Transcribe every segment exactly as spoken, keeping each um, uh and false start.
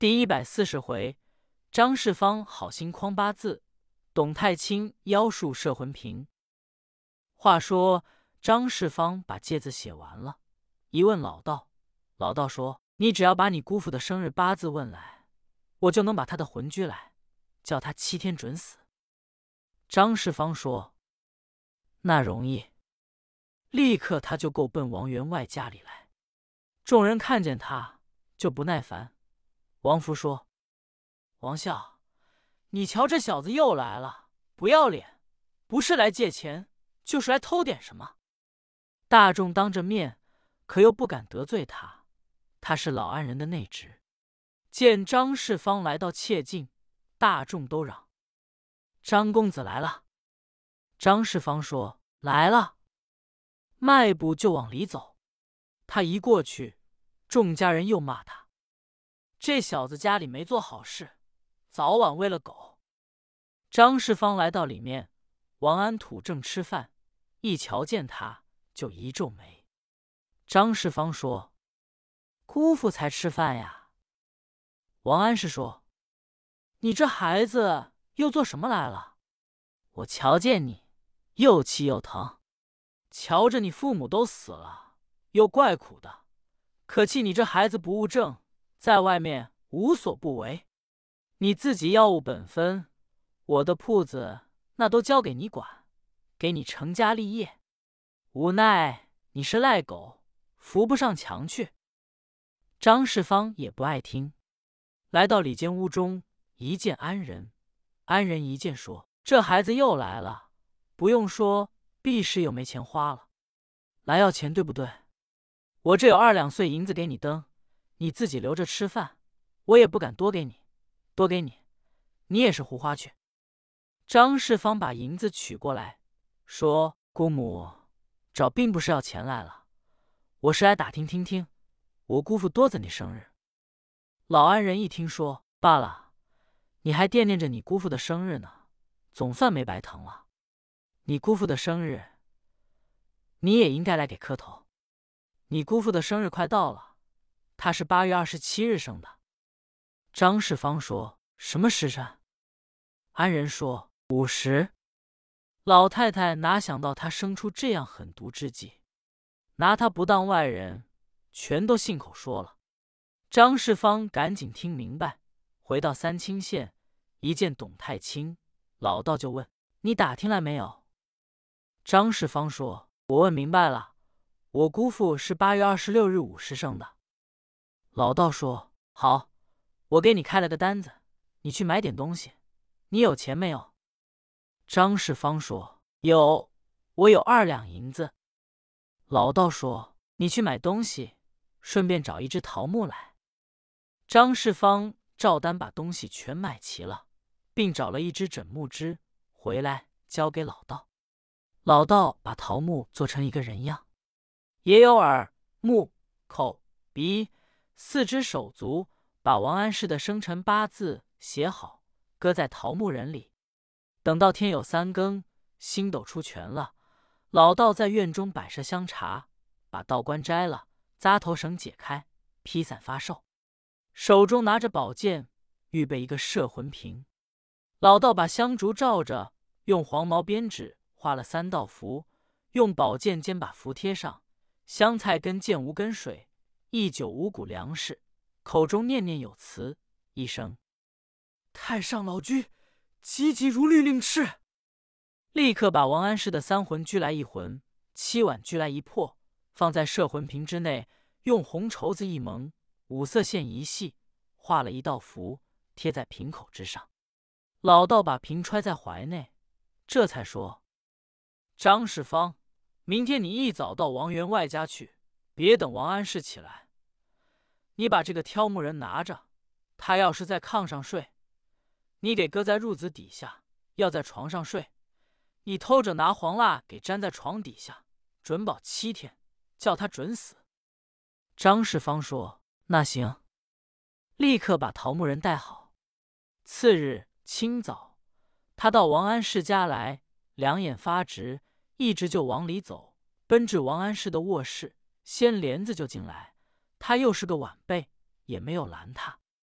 第一百四十回，张世芳好心诓八字，董太清妖术摄魂瓶。话说张世芳把戒字写完了，一问老道，老道说：“你只要把你姑父的生日八字问来，我就能把他的魂拘来，叫他七天准死。”张世芳说：“那容易。”立刻他就够奔王员外家里来。众人看见他就不耐烦。王福说：“王孝，你瞧这小子又来了，不要脸，不是来借钱，就是来偷点什么。”大众当着面，可又不敢得罪他，他是老安人的内侄。见张世芳来到切近，大众都嚷：“张公子来了！”张世芳说：“来了。”迈步就往里走。他一过去，众家人又骂他：“这小子家里没做好事，早晚喂了狗。”张世芳来到里面，王安土正吃饭，一瞧见他，就一皱眉。张世芳说：“姑父才吃饭呀。”王安石说：“你这孩子又做什么来了？我瞧见你，又气又疼。瞧着你父母都死了，又怪苦的，可气你这孩子不务正，在外面无所不为。你自己要务本分，我的铺子那都交给你管，给你成家立业。无奈你是赖狗，扶不上墙去。”张世芳也不爱听，来到里间屋中，一见安人，安人一见说：“这孩子又来了，不用说，必是又没钱花了，来要钱对不对？我这有二两碎银子给你登，你自己留着吃饭，我也不敢多给你，多给你，你也是胡花去。”张世芳把银子取过来，说：“姑母找并不是要钱来了，我是来打听听听，我姑父多子你生日。”老安人一听说：“罢了，你还惦念着你姑父的生日呢，总算没白疼了。你姑父的生日，你也应该来给磕头。你姑父的生日快到了，他是八月二十七日生的。”张世芳说：“什么时辰？”安人说：“午时。”老太太哪想到他生出这样狠毒之计，拿他不当外人，全都信口说了。张世芳赶紧听明白，回到三清县，一见董太清，老道就问：“你打听来没有？”张世芳说：“我问明白了，我姑父是八月二十六日午时生的。”老道说：“好，我给你开了个单子，你去买点东西，你有钱没有？”张世芳说：“有，我有二两银子。”老道说：“你去买东西，顺便找一只桃木来。”张世芳照单把东西全买齐了，并找了一只枕木枝回来交给老道。老道把桃木做成一个人样，也有耳、目、口、鼻四只手足，把王安石的生辰八字写好，搁在桃木人里。等到天有三更，星斗出全了，老道在院中摆设香茶，把道冠摘了，扎头绳解开，披散发售，手中拿着宝剑，预备一个摄魂瓶。老道把香烛照着，用黄毛编纸画了三道符，用宝剑尖把符贴上，香菜根见无根水，一酒五谷粮食，口中念念有词，一声：“太上老君，急急如律令敕。”立刻把王安石的三魂拘来一魂，七碗拘来一魄，放在摄魂瓶之内，用红绸子一蒙，五色线一系，画了一道符，贴在瓶口之上。老道把瓶揣在怀内，这才说：“张世芳，明天你一早到王员外家去，别等王安石起来。你把这个挑木人拿着，他要是在炕上睡，你给搁在褥子底下；要在床上睡，你偷着拿黄蜡给粘在床底下，准保七天，叫他准死。”张世芳说：“那行。”立刻把桃木人带好。次日清早，他到王安石家来，两眼发直，一直就往里走，奔至王安石的卧室，掀帘子就进来。他又是个晚辈，也没有拦他。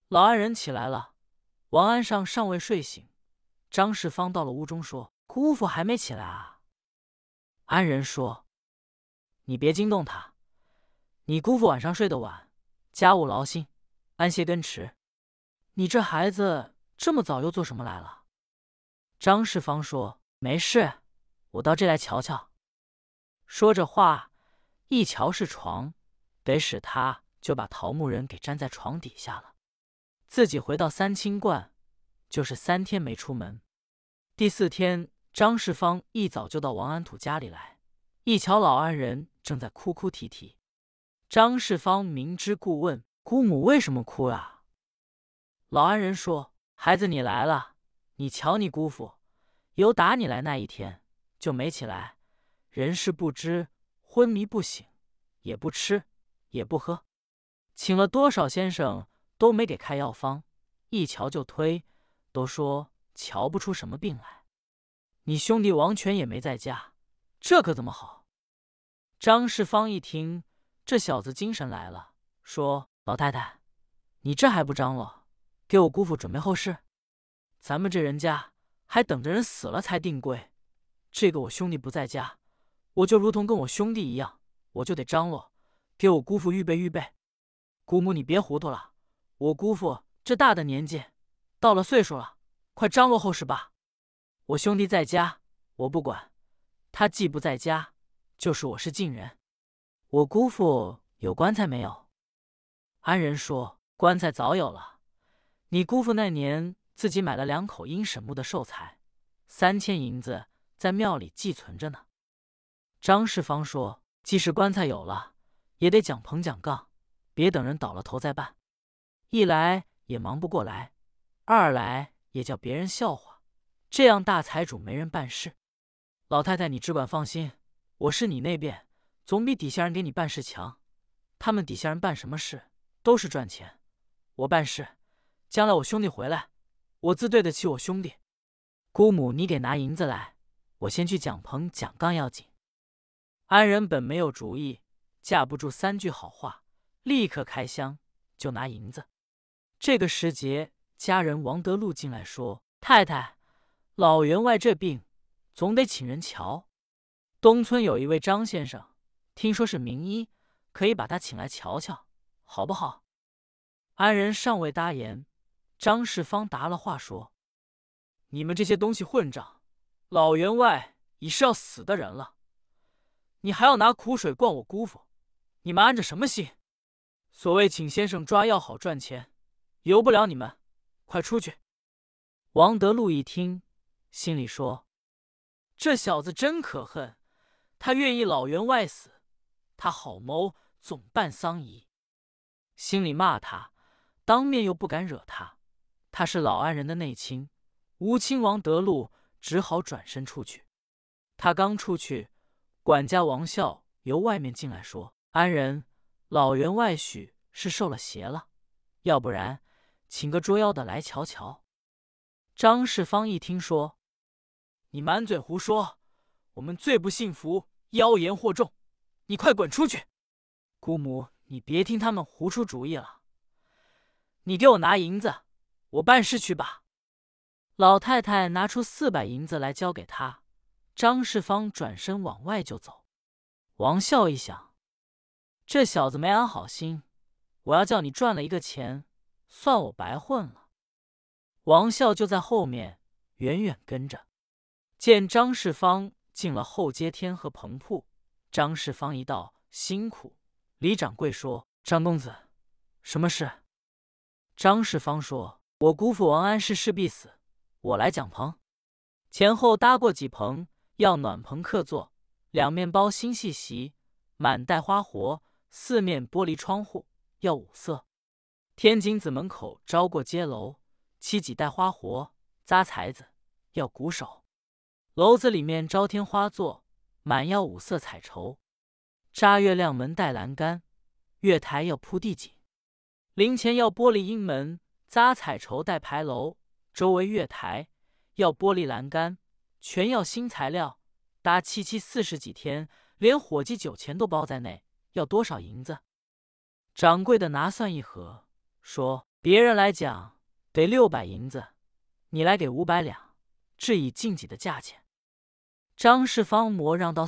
老安人起来了，王安上尚未睡醒。张世芳到了屋中说：“姑父还没起来啊？”安人说：“你别惊动他，你姑父晚上睡得晚，家务劳心，安歇根迟。你这孩子这么早又做什么来了？”张世芳说：“没事，我到这来瞧瞧。”说着话，一瞧是床，得使他就把桃木人给粘在床底下了。自己回到三清观，就是三天没出门。第四天，张世芳一早就到王安土家里来，一瞧老安人正在哭哭啼啼。张世芳明知故问：“姑母为什么哭啊？”老安人说：“孩子，你来了，你瞧你姑父，由打你来那一天就没起来，人事不知，昏迷不醒，也不吃也不喝，请了多少先生都没给开药方，一瞧就推，都说瞧不出什么病来。你兄弟王权也没在家，这可怎么好？”张世芳一听，这小子精神来了，说：“老太太，你这还不张罗，给我姑父准备后事？咱们这人家还等着人死了才定规，这个我兄弟不在家，我就如同跟我兄弟一样，我就得张罗，给我姑父预备预备。姑母你别糊涂了，我姑父这大的年纪，到了岁数了，快张罗后事吧。我兄弟在家，我不管，他既不在家，就是我是近人。我姑父有棺材没有？”安人说：“棺材早有了，你姑父那年自己买了两口阴沈墓的寿材，三千银子在庙里寄存着呢。”张世芳说：“即使棺材有了，也得讲棚讲杠，别等人倒了头再办。一来也忙不过来，二来也叫别人笑话，这样大财主没人办事。老太太你只管放心，我是你那边，总比底下人给你办事强。他们底下人办什么事都是赚钱，我办事，将来我兄弟回来，我自对得起我兄弟。姑母你得拿银子来，我先去讲棚讲杠要紧。”安人本没有主意，架不住三句好话，立刻开箱就拿银子。这个时节，家人王德禄进来说：“太太，老员外这病，总得请人瞧。东村有一位张先生，听说是名医，可以把他请来瞧瞧，好不好？”安人尚未答言，张世芳答了话说：“你们这些东西混账，老员外已是要死的人了，你还要拿苦水灌我姑父，你们安着什么心？所谓请先生抓药好赚钱，由不了你们，快出去。”王德禄一听，心里说：“这小子真可恨，他愿意老员外死，他好谋总办丧仪。”心里骂他，当面又不敢惹他，他是老安人的内亲，吴亲王德禄只好转身出去。他刚出去，管家王孝由外面进来说：“安人，老员外许是受了邪了，要不然请个捉妖的来瞧瞧。”张世芳一听说：“你满嘴胡说，我们最不信服妖言惑众，你快滚出去！姑母你别听他们胡出主意了，你给我拿银子，我办事去吧。”老太太拿出四百银子来交给他，张世芳转身往外就走。王孝一想，这小子没安好心，我要叫你赚了一个钱，算我白混了。王孝就在后面远远跟着，见张世芳进了后街天和棚铺。张世芳一道辛苦，李掌柜说：“张公子，什么事？”张世芳说：“我姑父王安氏势必死，我来讲棚。前后搭过几棚，要暖棚客座，两面包新细席，满带花活，四面玻璃窗户，要五色。天井子门口招过街楼，七几带花活，扎才子，要鼓手。楼子里面招天花座，满要五色彩绸。扎月亮门带栏杆，月台要铺地锦。棂前要玻璃阴门，扎彩绸带牌楼，周围月台要玻璃栏杆，全要新材料，搭七七四十几天，连伙计酒钱都包在内，要多少银子？”掌柜的拿算一盒，说：“ 别人来讲得六百银子，你来给五百两，至以竞己的价钱。”张世芳磨让到